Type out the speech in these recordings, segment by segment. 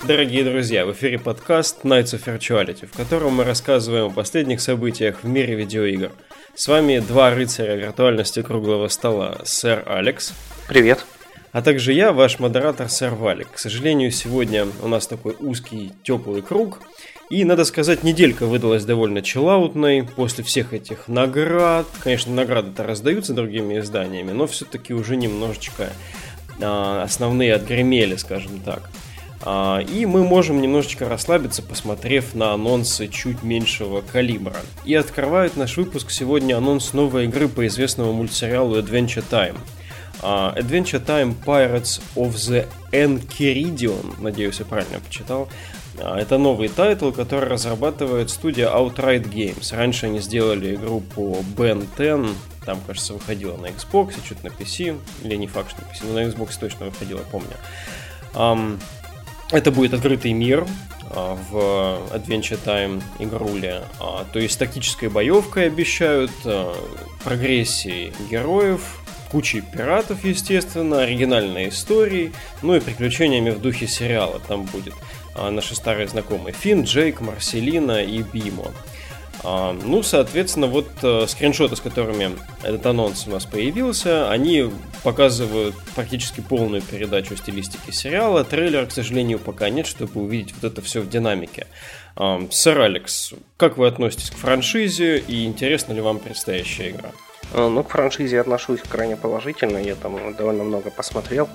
Дорогие друзья, в эфире подкаст Nights of Virtuality, в котором мы рассказываем о последних событиях в мире видеоигр. С вами два рыцаря виртуальности круглого стола, сэр Алекс. Привет. А также я, ваш модератор, сэр Валик. К сожалению, сегодня у нас такой узкий, теплый круг. И, надо сказать, неделька выдалась довольно чиллаутной после всех этих наград. Конечно, награды-то раздаются другими изданиями, но все-таки уже немножечко основные отгремели, скажем так. И мы можем немножечко расслабиться, посмотрев на анонсы чуть меньшего калибра. И открывает наш выпуск сегодня анонс новой игры по известному мультсериалу Adventure Time. Adventure Time Pirates of the Enchiridion, надеюсь, я правильно почитал. Это новый тайтл, который разрабатывает студия Outright Games. Раньше они сделали игру по Ben 10, там, кажется, выходила на Xbox, что-то на PC, или не факт, что на PC, но на Xbox точно выходила, помню. Это будет открытый мир в Adventure Time игруле, то есть тактической боевкой обещают, прогрессией героев, кучей пиратов, естественно, оригинальной историей, ну и приключениями в духе сериала. Там будет наши старые знакомые Финн, Джейк, Марселина и Бимо. Ну, соответственно, вот скриншоты, с которыми этот анонс у нас появился, они показывают практически полную передачу стилистики сериала. Трейлера, к сожалению, пока нет, чтобы увидеть вот это все в динамике. Сэр Алекс, как вы относитесь к франшизе и интересна ли вам предстоящая игра? Ну, к франшизе я отношусь крайне положительно. Я там довольно много посмотрел.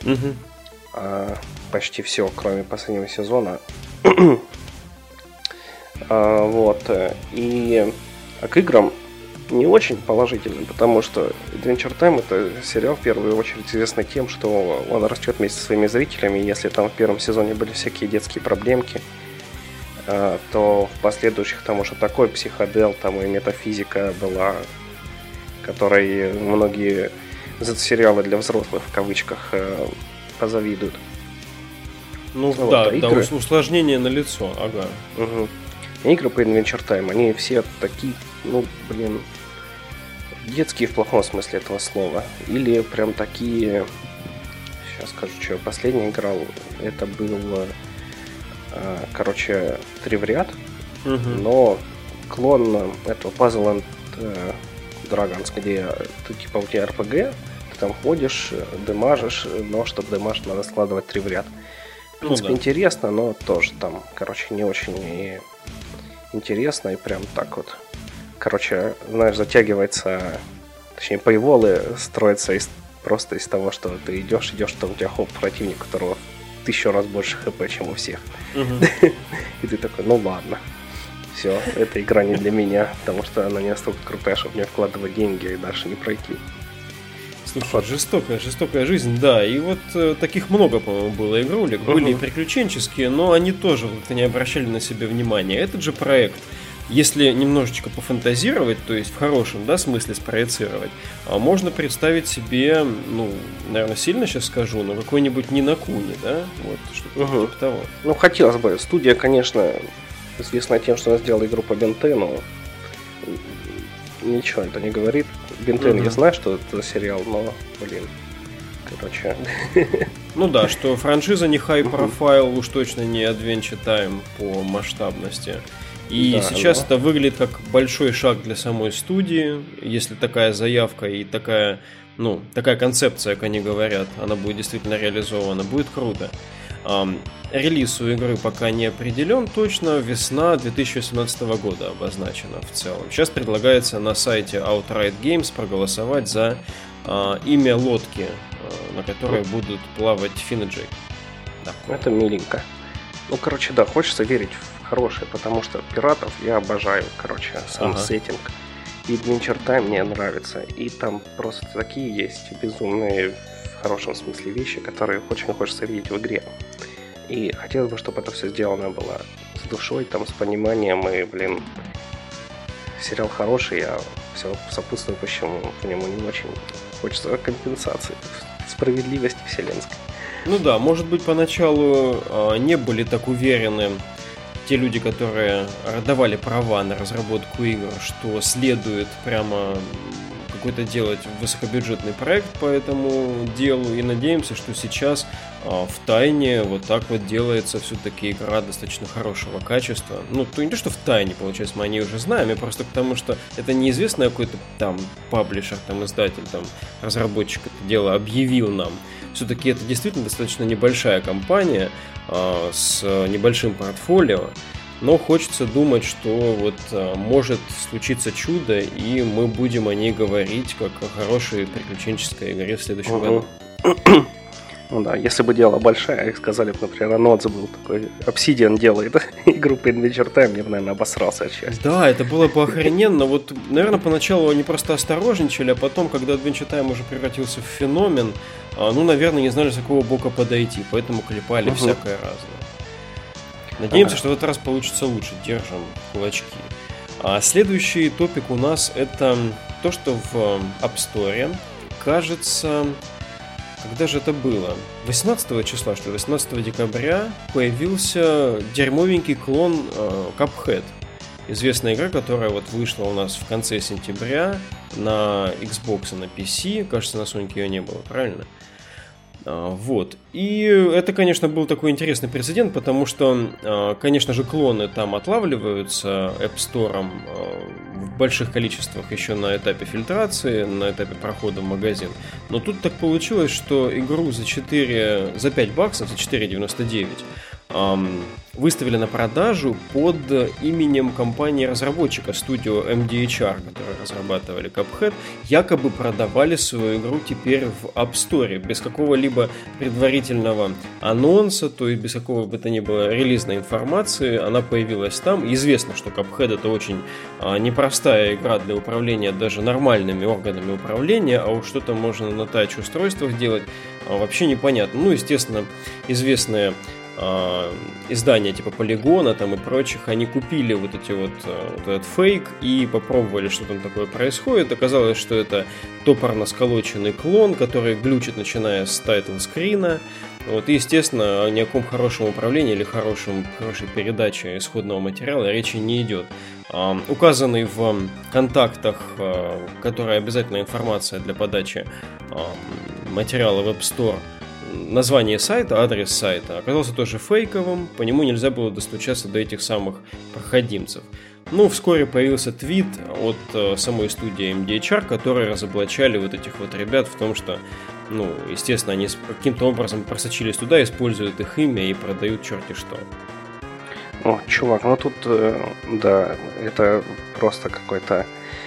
Почти все, кроме последнего сезона. Вот. И к играм не очень положительно, потому что Adventure Time — это сериал, в первую очередь, известный тем, что он растет вместе со своими зрителями. Если там в первом сезоне были всякие детские проблемки, то в последующих там уже такой психодел, там и метафизика была, которой многие сериалы для взрослых, в кавычках, позавидуют. Ну вот, да, игры... усложнение на лицо, ага. Угу. Игры по Adventure Time, они все такие, детские в плохом смысле этого слова. Или прям такие, сейчас скажу, что я последний играл, это был, три в ряд, но клон этого Puzzle and Dragons, где ты, типа, у тебя RPG, ты там ходишь, демажишь, но чтобы демажить, надо складывать 3 в ряд. В принципе, интересно, но тоже там, не очень интересно и прям так вот. Затягивается, точнее, пейволы строятся просто из того, что ты идешь, что у тебя противник, у которого 1000 раз больше хп, чем у всех. И ты такой, ну ладно. Все, эта игра не для меня, потому что она не настолько крутая, чтобы мне вкладывать деньги и дальше не пройти. Слушай, жестокая жизнь, да. И вот таких много, по-моему, было игрулек. Были и приключенческие, но они тоже как-то не обращали на себя внимания. Этот же проект, если немножечко пофантазировать, то есть в хорошем, да, смысле спроецировать, можно представить себе, наверное, сильно сейчас скажу, но какой-нибудь Ни на Куни, да? Вот, что-то типа того. Ну, хотелось бы. Студия, конечно, известна тем, что она сделала игру по Ben 10, но ничего это не говорит. Ben 10, я знаю, что это за сериал, но, Ну да, что франшиза не high-profile, уж точно не Adventure Time по масштабности. И сейчас это выглядит как большой шаг для самой студии. Если такая заявка и такая концепция, как они говорят, она будет действительно реализована, будет круто. Релиз у игры пока не определен точно, весна 2017 года обозначена в целом. Сейчас предлагается на сайте Outright Games проголосовать за имя лодки, на которой будут плавать Финн и Джейк. Да. Это миленько. Хочется верить в хорошее, потому что пиратов я обожаю, сам сеттинг. И Adventure Time мне нравится. И там просто такие есть безумные, в хорошем смысле, вещи, которые очень хочется видеть в игре. И хотелось бы, чтобы это все сделано было с душой, там, с пониманием. И, сериал хороший, а все сопутствующему по нему не очень хочется компенсации, справедливости вселенской. Ну да, может быть, поначалу не были так уверены те люди, которые давали права на разработку игр, что следует прямо какой-то делать высокобюджетный проект по этому делу, и надеемся, что сейчас в тайне вот так вот делается все-таки игра достаточно хорошего качества. Ну, то не то, что в тайне, получается, мы о ней уже знаем, а просто потому, что это неизвестный какой-то там паблишер, там издатель, там разработчик это дело объявил нам. Все-таки это действительно достаточно небольшая компания с небольшим портфолио, но хочется думать, что вот может случиться чудо, и мы будем о ней говорить как о хорошей приключенческой игре в следующем году. Ну да, если бы дело большое, их сказали бы, например, Анодзе был такой, Obsidian делает игру по Adventure Time, я бы, наверное, обосрался отчасти. Да, это было бы охрененно. Вот, наверное, поначалу они просто осторожничали, а потом, когда Adventure Time уже превратился в феномен, ну, наверное, не знали, с какого бока подойти, поэтому клепали всякое разное. Надеемся, что в этот раз получится лучше. Держим кулачки. А следующий топик у нас это то, что в App Store, кажется... Когда же это было? 18 числа, что ли, 18 декабря появился дерьмовенький клон Cuphead. Известная игра, которая вот вышла у нас в конце сентября на Xbox и на PC. Кажется, на Sony ее не было, правильно? Вот. И это, конечно, был такой интересный прецедент, потому что, конечно же, клоны там отлавливаются App Store в больших количествах еще на этапе фильтрации, на этапе прохода в магазин. Но тут так получилось, что игру за $5, за $4.99 выставили на продажу под именем компании-разработчика студио MDHR, которые разрабатывали Cuphead, якобы продавали свою игру теперь в App Store без какого-либо предварительного анонса, то есть без какого бы то ни было релизной информации. Она появилась там. Известно, что Cuphead — это очень непростая игра для управления даже нормальными органами управления, а уж что-то можно на тач-устройствах делать, вообще непонятно. Ну, естественно, известные издания типа Полигона там и прочих, они купили вот этот фейк и попробовали, что там такое происходит. Оказалось, что это топорно сколоченный клон, который глючит, начиная с тайтл-скрина. Вот, и, естественно, ни о каком хорошем управлении или хорошей передаче исходного материала речи не идет. Указанный в контактах, которая обязательная информация для подачи материала в App Store, название сайта, адрес сайта оказался тоже фейковым, по нему нельзя было достучаться до этих самых проходимцев. Ну, вскоре появился твит от самой студии MDHR, которые разоблачали вот этих вот ребят в том, что, ну, естественно, они каким-то образом просочились туда, используют их имя и продают черти что. О, чувак, ну тут, да, это просто какой-то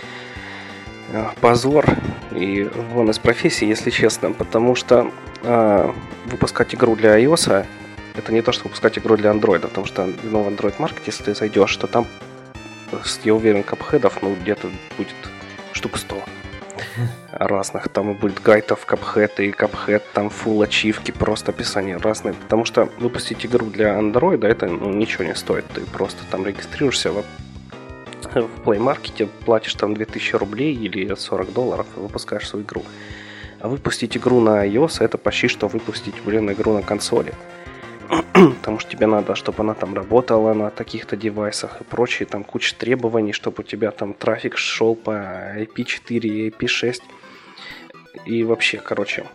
позор и вон из профессии, если честно, потому что выпускать игру для iOS это не то, что выпускать игру для Android, потому что в Android Market, если ты зайдешь, то там, я уверен, капхедов, ну, где-то будет штук 100 разных. Там и будет гайдов Cuphead и Cuphead, там full ачивки, просто описание разные. Потому что выпустить игру для Android, это ничего не стоит. Ты просто там регистрируешься в Play Market, платишь там 2000 рублей или $40 и выпускаешь свою игру. А выпустить игру на iOS это почти что выпустить, игру на консоли. Потому что тебе надо, чтобы она там работала на таких-то девайсах и прочее, там куча требований, чтобы у тебя там трафик шел по IP4 и IP6. И вообще, короче,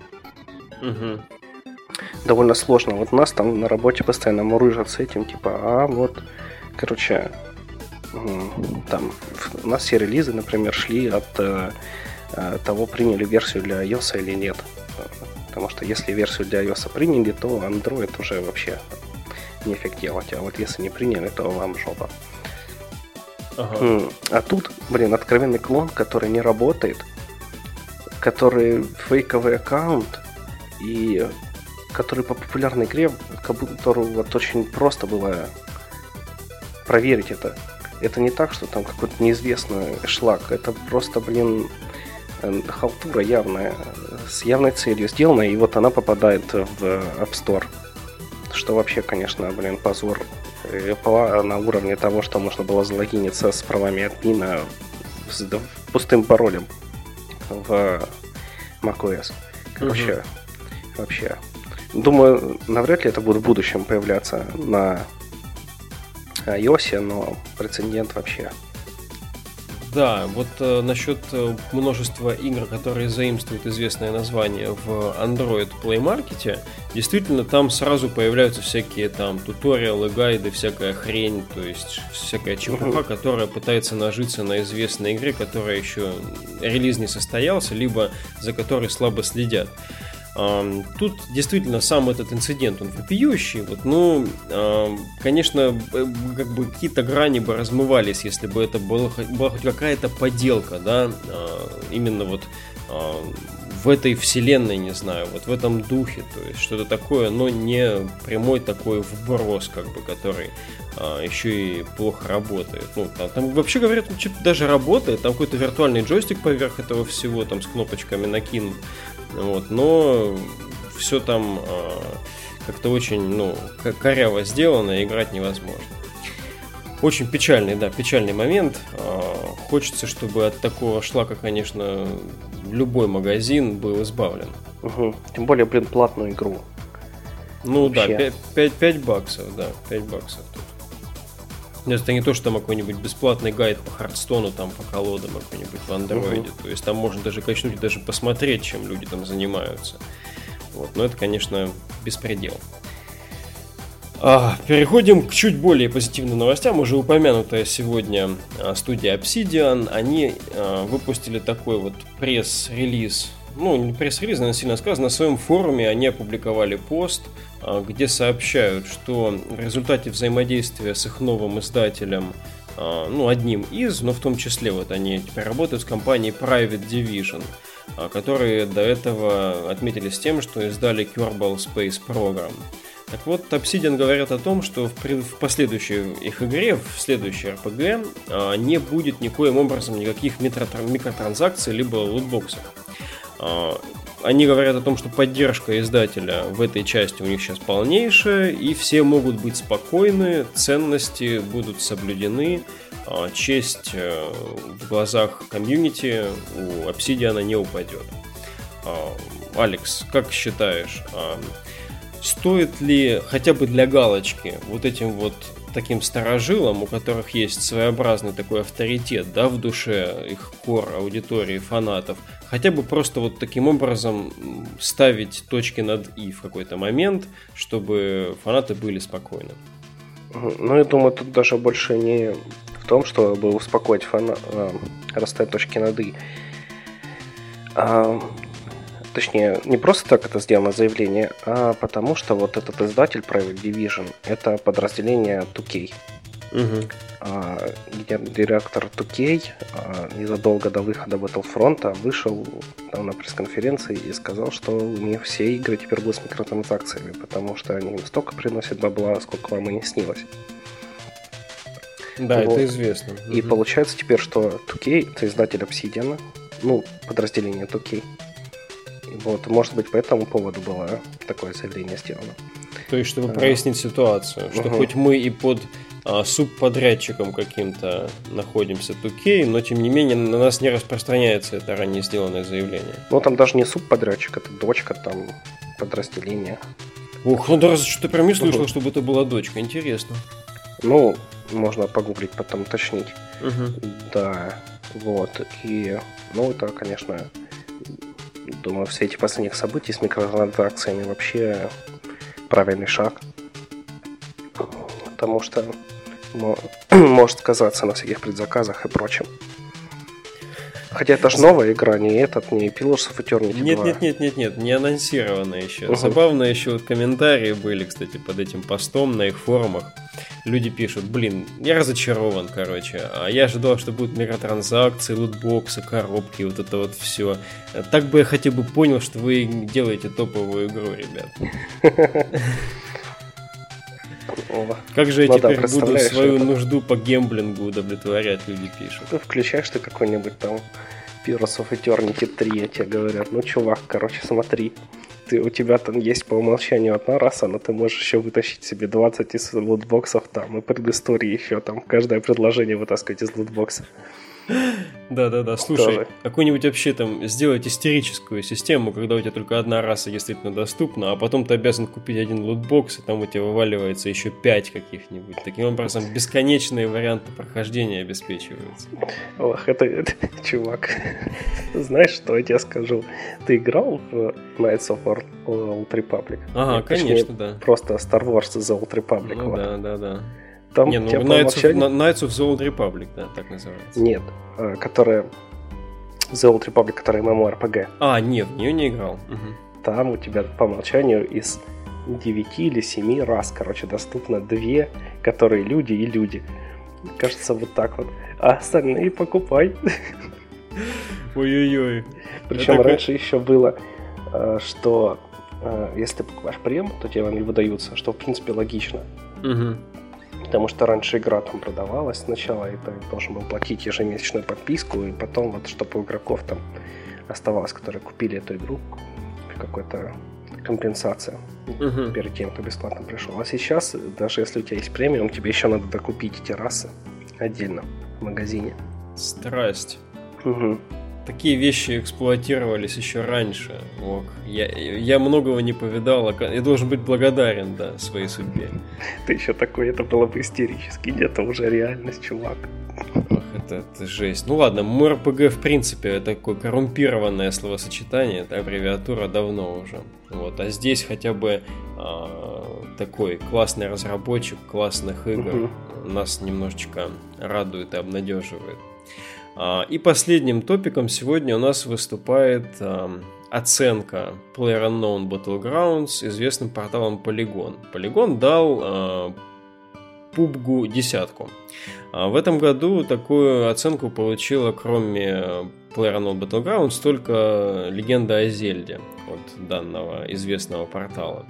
довольно сложно. Вот нас там на работе постоянно мурыжат с этим, типа, там у нас все релизы, например, шли от того, приняли версию для iOS или нет. Потому что если версию для iOS приняли, то Android уже вообще нефиг делать. А вот если не приняли, то вам жопа. А тут, откровенный клон, который не работает, который фейковый аккаунт и который по популярной игре, которую вот очень просто было проверить это. Это не так, что там какой-то неизвестный шлак. Это просто, халтура явная, с явной целью сделана, и вот она попадает в App Store. Что вообще, конечно, позор на уровне того, что можно было залогиниться с правами админа с пустым паролем в macOS. Короче, вообще. Думаю, навряд ли это будет в будущем появляться на iOS, но прецедент вообще Да, вот насчет множества игр, которые заимствуют известное название в Android Play Market, действительно там сразу появляются всякие там туториалы, гайды, всякая хрень, то есть всякая чепуха, которая пытается нажиться на известной игре, которая еще релиз не состоялся, либо за которой слабо следят. Тут действительно сам этот инцидент, он вопиющий, вот, ну, конечно, как бы какие-то грани бы размывались, если бы это была хоть какая-то поделка, да, именно вот в этой вселенной, не знаю, вот в этом духе, то есть что-то такое, но не прямой такой вброс, как бы, который еще и плохо работает. Ну, там вообще говорят, что-то даже работает, там какой-то виртуальный джойстик поверх этого всего, там с кнопочками накинут. Вот, но все там как-то очень, ну, коряво сделано, и играть невозможно. Очень печальный, да, печальный момент. Хочется, чтобы от такого шлака, конечно, любой магазин был избавлен. Угу. Тем более, блин, платную игру. Ну вообще. Да, 5 баксов, да, 5 баксов тут. Это не то, что там какой-нибудь бесплатный гайд по Хардстону, там по колодам какой-нибудь в андроиде. То есть там можно даже качнуть и даже посмотреть, чем люди там занимаются. Вот. Но это, конечно, беспредел. Переходим к чуть более позитивным новостям. Уже упомянутая сегодня студия Obsidian. Они выпустили такой вот пресс-релиз. Ну, не пресс-релиз, наверное, сильно сказано. На своем форуме они опубликовали пост, где сообщают, что в результате взаимодействия с их новым издателем, ну, одним из, но в том числе вот они теперь работают с компанией Private Division, которые до этого отметились тем, что издали Kerbal Space Program. Так вот, Obsidian говорят о том, что в последующей их игре, в следующей RPG, не будет никоим образом никаких микротранзакций либо лутбоксов. Они говорят о том, что поддержка издателя в этой части у них сейчас полнейшая, и все могут быть спокойны, ценности будут соблюдены, честь в глазах комьюнити у Obsidian не упадет. Алекс, как считаешь, стоит ли хотя бы для галочки вот этим вот таким старожилам, у которых есть своеобразный такой авторитет, да, в душе их кор аудитории, фанатов, хотя бы просто вот таким образом ставить точки над «и» в какой-то момент, чтобы фанаты были спокойны? Ну, я думаю, тут даже больше не в том, чтобы успокоить расставить точки над «и». Точнее, не просто так это сделано заявление, а потому что вот этот издатель Private Division — это подразделение 2K. Директор 2K незадолго до выхода Battlefront вышел там на пресс-конференции и сказал, что у них все игры теперь будут с микротранзакциями, потому что они им столько приносят бабла, сколько вам и не снилось. Да, вот. Это известно. И получается теперь, что 2K — это издатель Obsidian, ну, подразделение 2K. Вот, может быть, по этому поводу было такое заявление сделано. То есть, чтобы прояснить ситуацию, что хоть мы и под субподрядчиком каким-то находимся 2K, но тем не менее на нас не распространяется это ранее сделанное заявление. Ну, там даже не субподрядчик, это дочка там подразделения. Ух, ну да, что-то прям не слышал, чтобы это была дочка, интересно. Ну, можно погуглить, потом уточнить. Да, вот, и, ну, это, конечно... Думаю, все эти последних события с микротранзакциями вообще правильный шаг. Потому что может сказаться на всяких предзаказах и прочем. Хотя это же новая игра, не Pillars of Eternity 2. Нет, не анонсирована еще. Забавно еще вот комментарии были, кстати, под этим постом на их форумах. Люди пишут, блин, я разочарован, короче. А я ожидал, что будут микротранзакции, лутбоксы, коробки, вот это вот все. Так бы я хотя бы понял, что вы делаете топовую игру, ребят. Как же я теперь буду свою нужду по гемблингу удовлетворять, люди пишут. Ты включаешь ты какой-нибудь там Pillars of Eternity 3, тебе говорят, ну, чувак, короче, смотри. У тебя там есть по умолчанию одна раса, но ты можешь еще вытащить себе 20 из лутбоксов там, и предыстории еще там, каждое предложение вытаскивать из лутбокса. Да-да-да, слушай, тоже. Какую-нибудь вообще там сделать истерическую систему, когда у тебя только одна раса действительно доступна, а потом ты обязан купить один лутбокс, и там у тебя вываливается еще 5 каких-нибудь. Таким образом, бесконечные варианты прохождения обеспечиваются. Ох, это чувак, знаешь, что я тебе скажу? Ты играл в Knights of Old Republic? Ага, конечно, да. Просто Star Wars The Old Republic. Ну, вот. Да. Там не, ну Knights of the Old Republic, да, так называется. Нет, которая The Old Republic, которая MMORPG. Нет, в нее не играл. Угу. Там у тебя по умолчанию из 9 или 7 раз, доступно 2, которые люди и люди. Кажется, вот так вот. А остальные покупай. Ой-ой-ой. Причем раньше еще было, что если ты покупаешь прем, то тебе они выдаются, что в принципе логично. Угу. Потому что раньше игра там продавалась сначала, и ты должен был платить ежемесячную подписку, и потом вот, чтобы у игроков там оставалось, которые купили эту игру, какая-то компенсация перед тем, кто бесплатно пришел. А сейчас, даже если у тебя есть премиум, тебе еще надо докупить эти расы отдельно в магазине. Страсть. Угу. Такие вещи эксплуатировались еще раньше. Ок. Я многого не повидал. Я должен быть благодарен, да, своей судьбе. Ты еще такой, это было бы истерически. Это уже реальность, чувак. Ох, это жесть. Ну ладно, MMORPG в принципе это такое коррумпированное словосочетание, это аббревиатура давно уже. Вот. А здесь хотя бы такой классный разработчик классных игр нас немножечко радует и обнадеживает. И последним топиком сегодня у нас выступает оценка PlayerUnknown Battlegrounds известным порталом Polygon. Polygon дал PUBG 10. В этом году такую оценку получила, кроме PlayerUnknown Battlegrounds, только Легенда о Зельде от данного известного портала.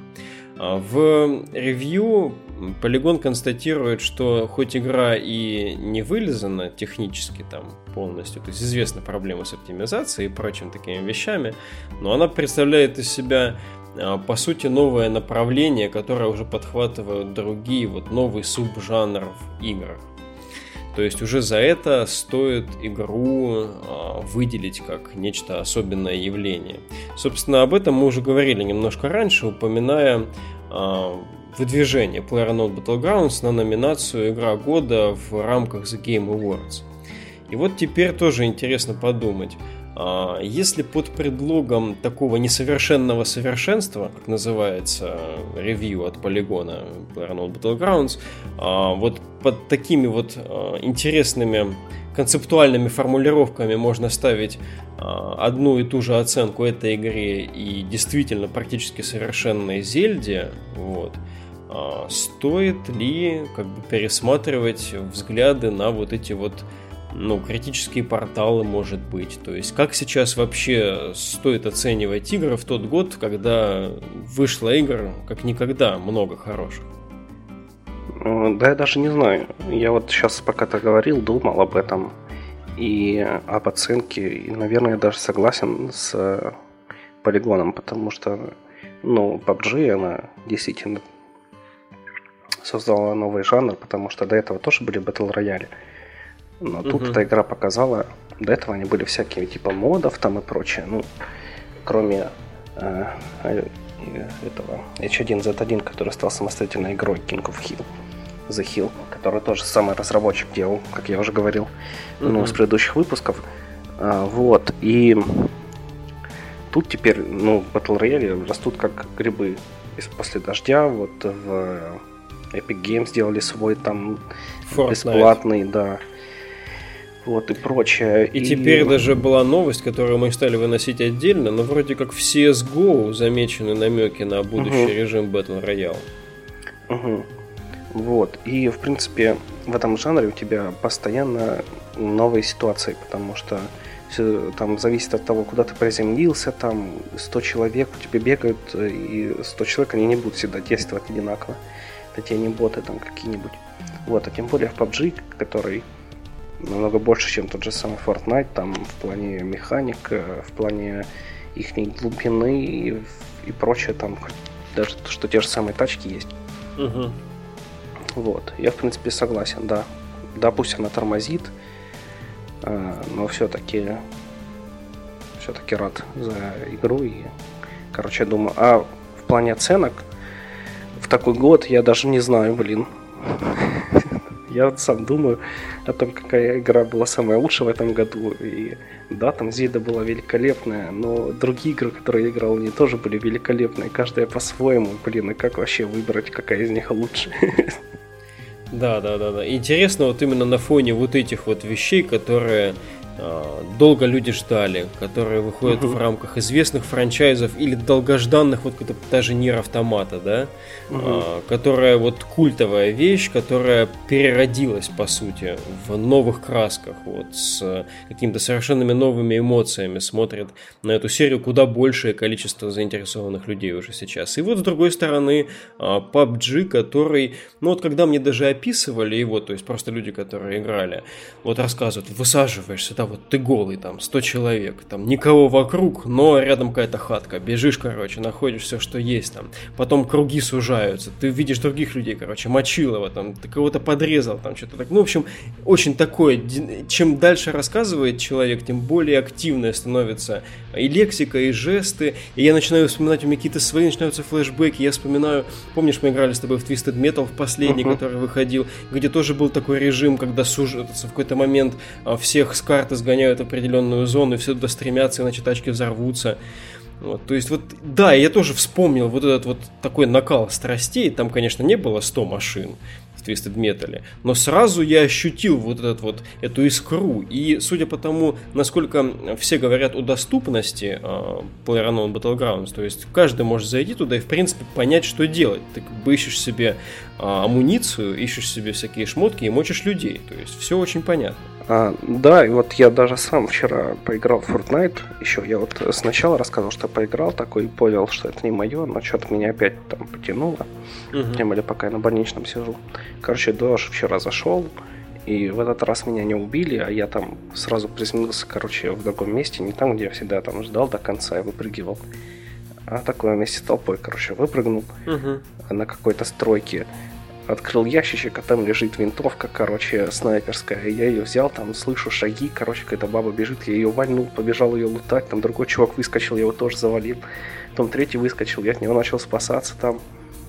В ревью Polygon констатирует, что хоть игра и не вылизана технически там полностью, то есть известны проблемы с оптимизацией и прочими такими вещами, но она представляет из себя по сути новое направление, которое уже подхватывают другие, вот новый субжанр в играх. То есть уже за это стоит игру выделить как нечто особенное явление. Собственно, об этом мы уже говорили немножко раньше, упоминая выдвижение PlayerUnknown Battlegrounds на номинацию «Игра года» в рамках The Game Awards. И вот теперь тоже интересно подумать, если под предлогом такого несовершенного совершенства, как называется ревью от Polygon PlayerUnknown Battlegrounds, вот под такими вот интересными концептуальными формулировками можно ставить одну и ту же оценку этой игре и действительно практически совершенной Зельде, вот, стоит ли как бы пересматривать взгляды на вот эти вот критические порталы, может быть. То есть, как сейчас вообще стоит оценивать игры в тот год, когда вышло игр как никогда много хороших? Да, я даже не знаю. Я вот сейчас, пока ты говорил, думал об этом и об оценке. И, наверное, я даже согласен с Полигоном, потому что, PUBG, она действительно создала новый жанр, потому что до этого тоже были Battle Royale. Но тут эта игра показала, до этого они были всякие типа модов там и прочее, кроме этого H1Z1, который стал самостоятельной игрой King of Hill, The Hill, который тоже самый разработчик делал, как я уже говорил, с предыдущих выпусков. Вот, и тут теперь, Battle Royale растут как грибы после дождя, вот в Epic Games сделали свой там Fortnite. Бесплатный, да. Вот и прочее. И теперь даже была новость, которую мы стали выносить отдельно, но вроде как в CSGO замечены намеки на будущий режим Battle Royale. Вот. И, в принципе, в этом жанре у тебя постоянно новые ситуации, потому что там зависит от того, куда ты приземлился, там 100 человек у тебя бегают, и 100 человек, они не будут всегда действовать одинаково. Это те не боты там какие-нибудь. Вот, а тем более в PUBG, который намного больше, чем тот же самый Fortnite, там в плане механик, в плане их глубины и прочее, там даже что те же самые тачки есть. Вот, я в принципе согласен, да. Да, пусть она тормозит, Но все-таки рад за игру. И, короче, я думаю, в плане оценок в такой год я даже не знаю, блин. Я сам думаю о том, какая игра была самая лучшая в этом году. И да, там Зельда была великолепная, но другие игры, которые я играл, они тоже были великолепные. Каждая по-своему, блин, и как вообще выбрать, какая из них лучше? Да. Интересно вот именно на фоне вот этих вот вещей, которые долго люди ждали, которые выходят в рамках известных франчайзов или долгожданных, вот как-то даже Нир Автомата, да, которая вот культовая вещь, которая переродилась, по сути, в новых красках, вот, с какими-то совершенно новыми эмоциями смотрит на эту серию куда большее количество заинтересованных людей уже сейчас. И вот с другой стороны PUBG, который, ну вот когда мне даже описывали его, то есть просто люди, которые играли, вот рассказывают, высаживаешься, да, вот ты голый, там, 100 человек, там, никого вокруг, но рядом какая-то хатка, бежишь, короче, находишь все, что есть, там, потом круги сужаются, ты видишь других людей, короче, Мочилова, там, ты кого-то подрезал, там, что-то так, ну, в общем, очень такое, чем дальше рассказывает человек, тем более активной становится и лексика, и жесты, и я начинаю вспоминать, у меня какие-то свои начинаются флешбеки, я вспоминаю, помнишь, мы играли с тобой в Twisted Metal в последний, который выходил, где тоже был такой режим, когда в какой-то момент всех с карты сгоняют в определенную зону, и все туда стремятся, иначе тачки взорвутся. Вот, то есть, вот, да, я тоже вспомнил вот этот вот такой накал страстей. Там, конечно, не было 100 машин в Twisted Metal, но сразу я ощутил вот эту искру. И судя по тому, насколько все говорят о доступности PlayerUnknown's Battlegrounds, то есть каждый может зайти туда и, в принципе, понять, что делать. Ты как бы ищешь себе амуницию, ищешь себе всякие шмотки и мочишь людей. То есть все очень понятно. Да, и вот я даже сам вчера поиграл в Fortnite. Еще я вот сначала рассказывал, что поиграл такой и понял, что это не мое, но что-то меня опять там потянуло. Тем более пока я на больничном сижу. Короче, даже вчера зашел, и в этот раз меня не убили, а я там сразу приземлился, короче, в другом месте, не там, где я всегда там ждал до конца и выпрыгивал, а такое вместе с толпой, короче, выпрыгнул на какой-то стройке. Открыл ящичек, а там лежит винтовка, короче, снайперская. Я ее взял, там слышу шаги, короче, какая-то баба бежит, я ее вальнул, побежал ее лутать, там другой чувак выскочил, я его тоже завалил. Потом третий выскочил, я от него начал спасаться там.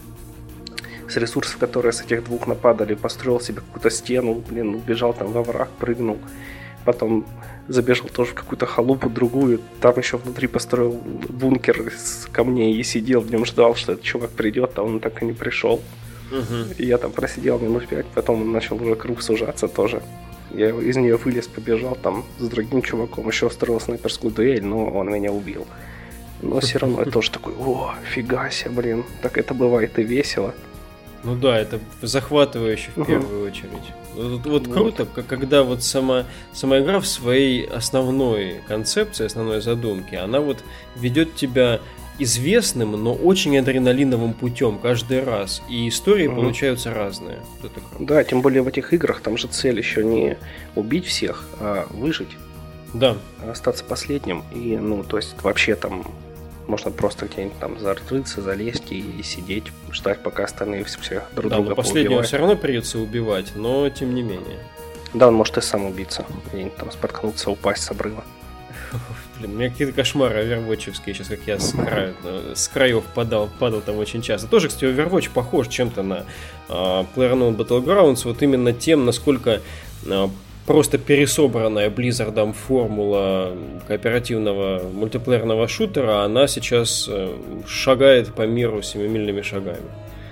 С ресурсов, которые с этих двух нападали, построил себе какую-то стену, убежал там во враг, прыгнул. Потом забежал тоже в какую-то халупу другую, там еще внутри построил бункер из камней и сидел в нем, ждал, что этот чувак придет, а он так и не пришел. И я там просидел минут 5, потом начал уже круг сужаться тоже. Я из нее вылез, побежал там с другим чуваком, еще устроил снайперскую дуэль, но он меня убил. Но все равно я тоже такой, фига себе, блин, так это бывает и весело. Ну да, это захватывающе в первую очередь. Вот круто, когда вот сама игра в своей основной концепции, основной задумке, она вот ведет тебя известным, но очень адреналиновым путем каждый раз. И истории получаются разные. Да, тем более в этих играх там же цель еще не убить всех, а выжить. Да. Остаться последним. И, то есть вообще там можно просто где-нибудь там зарыться, залезть и сидеть, ждать, пока остальные все друг друга но последнего все равно придется убивать, но тем не менее. Да, он может и сам убиться. Где-нибудь там споткнуться, упасть с обрыва. Блин, у меня какие-то кошмары овервотчевские сейчас, как я с краев падал там очень часто. Тоже, кстати, Overwatch похож чем-то на PlayerUnknown's Battlegrounds, вот именно тем, насколько просто пересобранная Blizzard'ом формула кооперативного мультиплеерного шутера, она сейчас шагает по миру семимильными шагами.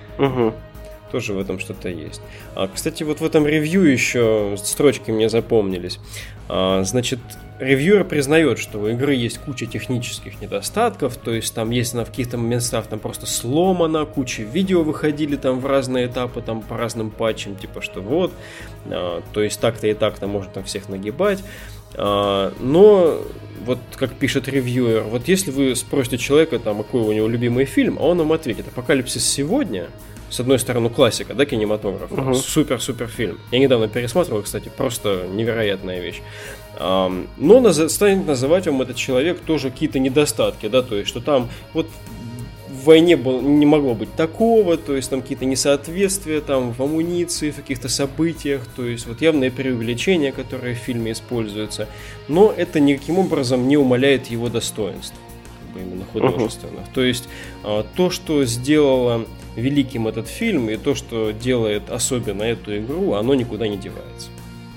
Тоже в этом что-то есть. Кстати, вот в этом ревью еще строчки мне запомнились. Значит, ревьюер признает, что у игры есть куча технических недостатков, то есть там есть она в каких-то местах там просто сломана, куча видео выходили там в разные этапы, там по разным патчам, типа что вот, то есть так-то и так-то можно там всех нагибать. Но вот как пишет ревьюер, вот если вы спросите человека, там, какой у него любимый фильм, а он вам ответит: «Апокалипсис сегодня». С одной стороны, классика, да, кинематографа. Супер-супер фильм. Я недавно пересматривал, кстати, просто невероятная вещь. Но станет называть вам этот человек тоже какие-то недостатки, да, то есть, что там вот войне не могло быть такого, то есть там какие-то несоответствия там в амуниции, в каких-то событиях, то есть вот явное преувеличение, которое в фильме используется, но это никаким образом не умаляет его достоинств, именно художественных. То есть то, что сделало великим этот фильм, и то, что делает особенно эту игру, оно никуда не девается.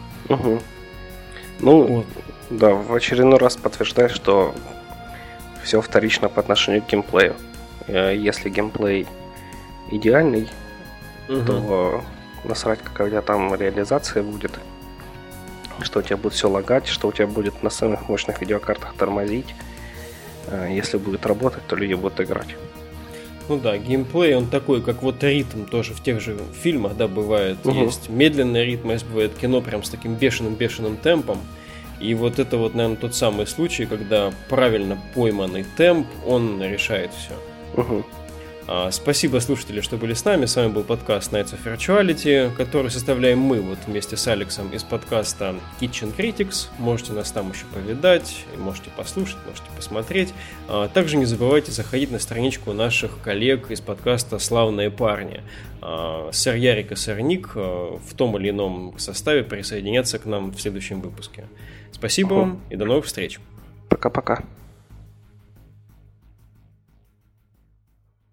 Ну, вот. Да, в очередной раз подтверждает, что все вторично по отношению к геймплею. Если геймплей идеальный, то насрать, какая у тебя там реализация будет, что у тебя будет все лагать, что у тебя будет на самых мощных видеокартах тормозить. Если будет работать, то люди будут играть. Ну да, геймплей, он такой, как вот ритм тоже в тех же фильмах, да, бывает. Есть медленный ритм, есть бывает кино прям с таким бешеным темпом. И вот это вот, наверное, тот самый случай, когда правильно пойманный темп, он решает все. Спасибо, слушатели, что были с нами. С вами был подкаст Nights of Virtuality, который составляем мы вот вместе с Алексом из подкаста Kitchen Critics. Можете нас там еще повидать, можете послушать, можете посмотреть. Также не забывайте заходить на страничку наших коллег из подкаста «Славные парни». Сэр Ярик и сэр Ник в том или ином составе присоединятся к нам в следующем выпуске. Спасибо вам и до новых встреч. Пока-пока.